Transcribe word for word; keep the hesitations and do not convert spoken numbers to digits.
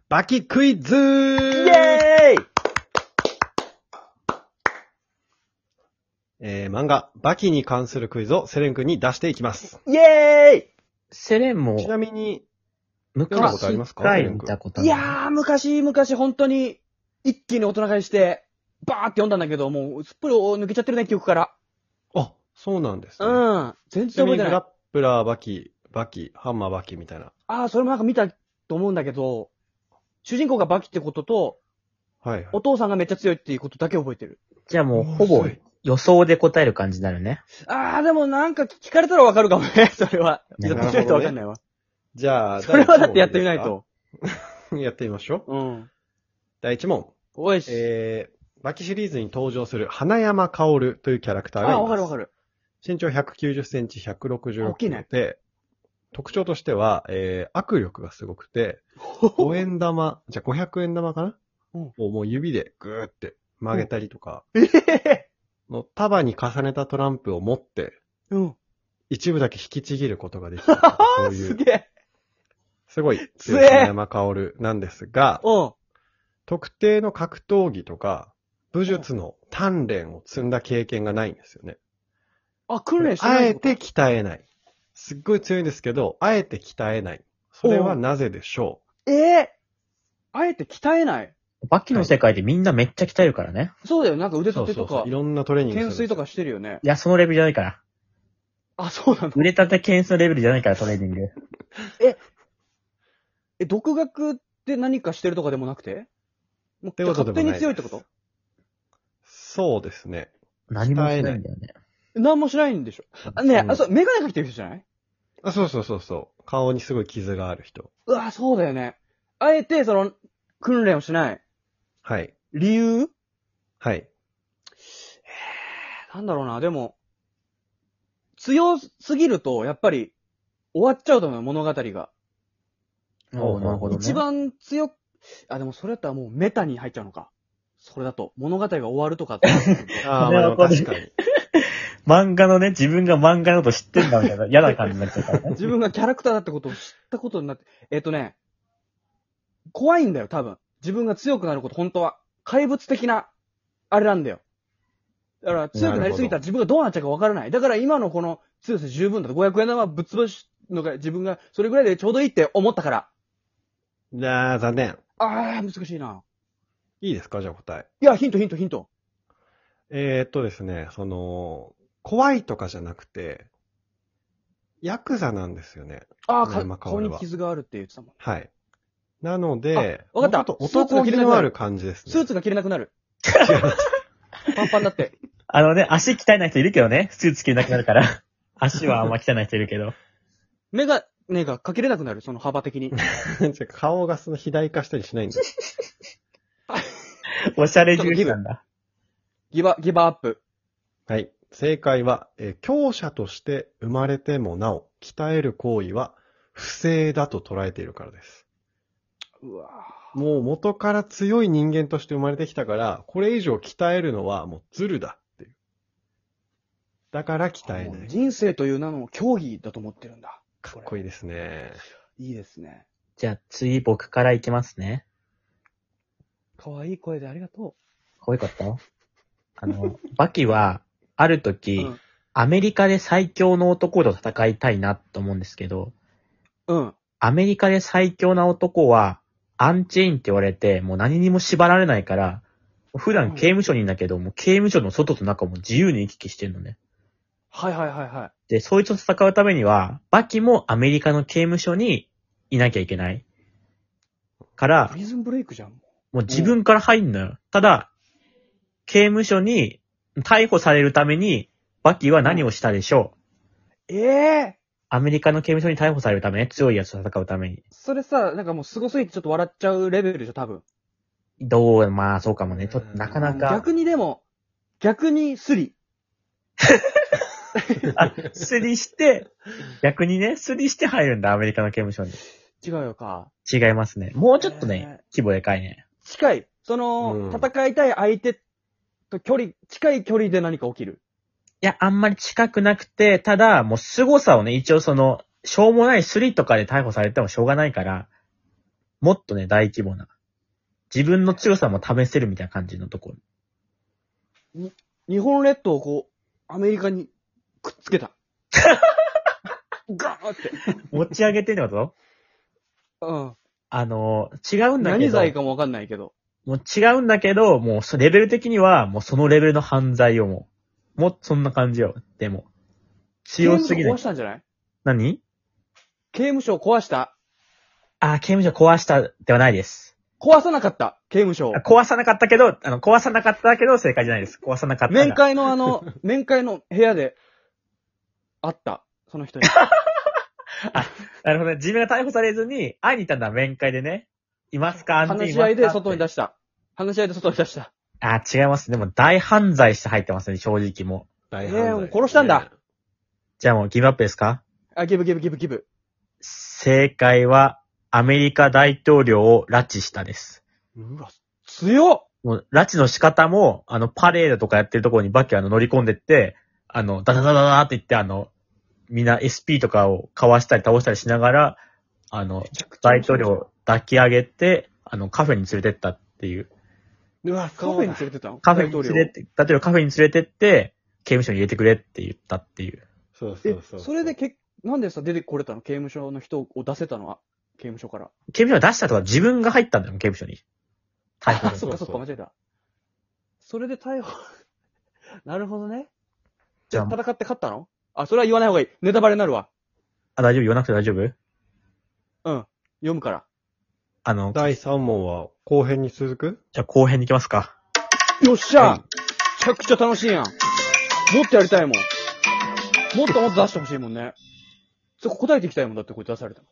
バキクイズーイエーイえー、漫画、バキに関するクイズをセレン君に出していきます。 イエーイセレンも、 ちなみに、読んだことありますかセレン昔見た君。 ことある。 いやー、昔々本当に一気に大人買いして、バーって読んだんだけど、もうすっぽり抜けちゃってるね、記憶から。 あ、そうなんですね。 うん。全ちなみにグラッ然覚えてない。 プラーバキ、バキ、ハンマーバキみたいな。 あー、それもなんか見たと思うんだけど、主人公がバキってことと、 はい、はい。 お父さんがめっちゃ強いっていうことだけ覚えてる。 じゃあもうほぼ予想で答える感じになるね。 あー、でもなんか聞かれたらわかるかもね、それは。 なるほどねやってみないとわかんないわ。 じゃあ、 それはだってやってみないと。 やってみましょう。 うん。 だいいち問。 おいし。 えー、バキシリーズに登場する花山薫というキャラクターがいます。 あー、わかるわかる。 身長ひゃくきゅうじゅっセンチ、ひゃくろくじゅうろくキロ大きいで、特徴としては、えー、握力がすごくて、ごえん玉、じゃあごひゃくえん玉かな、 うんをもう指でグーって曲げたりとか、 えへへの束に重ねたトランプを持って、 うん。 一部だけ引きちぎることができる。そういう、 すげえ。 すごい強強えい花山薫なんですが、 うん。 特定の格闘技とか、武術の鍛錬を積んだ経験がないんですよね。 あ、訓練してなあえいってことて鍛えない。すっごい強いんですけど、あえて鍛えない。それはなぜでしょええあえて鍛えない。 バキの世界でみんなめっちゃ鍛えるからね。 そうだよ、なんかう腕立てとかそうそうそう。い、ろんなトレーニングするんですよ。 懸垂とかしてるよね。 いや、そのレベルじゃないから。 あ、そうなの。 売れたて懸垂のレベルじゃないから、トレーニング。 え、独学で何かしてるとかでもなくてもうてことでもない勝手に強いってことそうですね。 何もしないんだよね。 何もしないんでしょ。あ、ねえ、 うんあ、そう、メガネかけてる人じゃないあ、そうそうそうそう。顔にすごい傷がある人。 うわ、そうだよね。あえて、その、訓練をしない。 はい。 理由はい。 なんだろうな、でも、強すぎると、やっぱり、終わっちゃうと思う、物語が。 おーなるほどね。 一番強く、あ、でもそれだったらもうメタに入っちゃうのか。それだと、物語が終わるとかって。 ああ、まあでも確かに。 漫画のね、自分が漫画のこと知ってんだみたいな嫌な感じになっちゃうからね。 自分がキャラクターだってことを知ったことになって、えっ、とね、怖いんだよ、多分。自分が強くなること、本当は。怪物的な、あれなんだよ。だから、強くなりすぎたら自分がどうなっちゃうかわからない。だから今のこの強さ十分だと。ごひゃくえん玉ぶっ潰すのが自分がそれぐらいでちょうどいいって思ったから。 じゃあ、残念。 あー、難しいな。 いいですかじゃあ答え。 いや、ヒントヒントヒント。 えー、っとですね、その、怖いとかじゃなくて、ヤクザなんですよね。 あー、 花か山薫は顔に傷があるって言ってたもん。 はい。なので、 あわかったもうちょっと男気のある感じですね。 スーツが着れなくなる。パンパンだって。 あのね、足鍛えない人いるけどね、スーツ着れなくなるから。足はあんま鍛えない人いるけど。 目が、ねがかけれなくなる、その幅的に。 顔がその肥大化したりしないんです。 おしゃれ重視なんだ。 ギバ、ギバアップ。 はい。正解は、えー強者として生まれてもなお、鍛える行為は不正だと捉えているからです。 うわもう元から強い人間として生まれてきたから、これ以上鍛えるのはもうズルだっていう。だから鍛えない。 人生という名の競技だと思ってるんだ。 かっこいいですね。 いいですね。 じゃあ次僕からいきますね。 かわいい声でありがとこういうことあの、バキは、あるう。 時、 うん。 アメリカで最強の男と戦いたいなと思うんですけど、 うん。 アメリカで最強な男は、アンチェインって言われて、もう何にも縛られないから、普段刑務所にいんだけど、もう刑務所の外と中も自由に行き来してるのね。 はいはいはいはい。 で、そいつと戦うためには、バキもアメリカの刑務所にいなきゃいけない。からプ、リズンブレイクじゃん。 もう自分から入んのよ。ただ、刑務所に逮捕されるために、バキは何をしたでしょう、 ええアメリカの刑務所に逮捕されるためね、強い奴と戦うために。 それさ、なんかもう凄すぎてちょっと笑っちゃうレベルでしょ、多分。 どう、まあそうかもね。ちょっとなかなか。 逆にでも、逆にスリ。 あ、スリして、逆にね、スリして入るんだ、アメリカの刑務所に。 違うよか。 違いますね。もうちょっとね、 え規模でかいね。 近い。その、 うん戦いたい相手と距離、近い距離で何か起きる。 いや、あんまり近くなくて、ただ、もう凄さをね、一応その、しょうもないスリとかで逮捕されてもしょうがないから、 もっとね、大規模な。自分の強さも試せるみたいな感じのところ。 日本列島をこう、アメリカにくっつけた。ガーンって。 持ち上げてんってことうん。 あの、違うんだけ何ど。 罪かもわかんないけど。 もう違うんだけど、もうそレベル的には、もうそのレベルの犯罪をもう。もうそんな感じよ。でも。強すぎない刑務所壊し。たんじゃない？ 何刑務所を壊した。 あ、刑務所壊したではないです。 壊さなかった。刑務所を。 壊さなかったけど、あの、壊さなかったけど正解じゃないです。壊さなかったが。 面会のあの、面会の部屋で、会った。その人に。 なるほどね。自分が逮捕されずに、会いに行ったんだ、面会でね。いますか？ 話し合いで外に出出した。話し合いで外に出した。 あ、違います。でも大犯罪して入ってますね、正直もう。 大ええもう殺したんだ。 じゃあもうギブアップですか？ あ、ギブギブギブギブ。 正解は、アメリカ大統領を拉致したです。 うわ、強っ。 もう、拉致の仕方も、あの、パレードとかやってるところにバッキーあの乗り込んでって、あの、ダダダダダって言って、あの、みんな エスピー とかをかわしたり倒したりしながら、あの、大統領を抱き上げて、あの、カフェに連れてったっていう。 うわ、 カフェに連れてったの？ カフェに連れて、大統領カフェに連れてって、刑務所に入れてくれって言ったっていう。 そうそえうそう。 それでけ、なんでさ、出てこれたの？刑務所の人を出せたのは刑務所から。 刑務所に出したとか自分が入ったんだよ、刑務所に。逮捕あ、 でそっかそっか、間違えた。それで逮捕。なるほどね。 じゃあ、 戦って勝ったの？あ、それは言わない方がいい。ネタバレになるわ。 あ、大丈夫？言わなくて大丈夫？ うん。読むから。 あの、 だいさん問は後編に続く？ じゃあ後編に行きますか。 よっしゃ、 はいめちゃくちゃ楽しいやん。もっとやりたいもん。もっともっと出してほしいもんね。そこ答えていきたいもんだってこれ出されたの。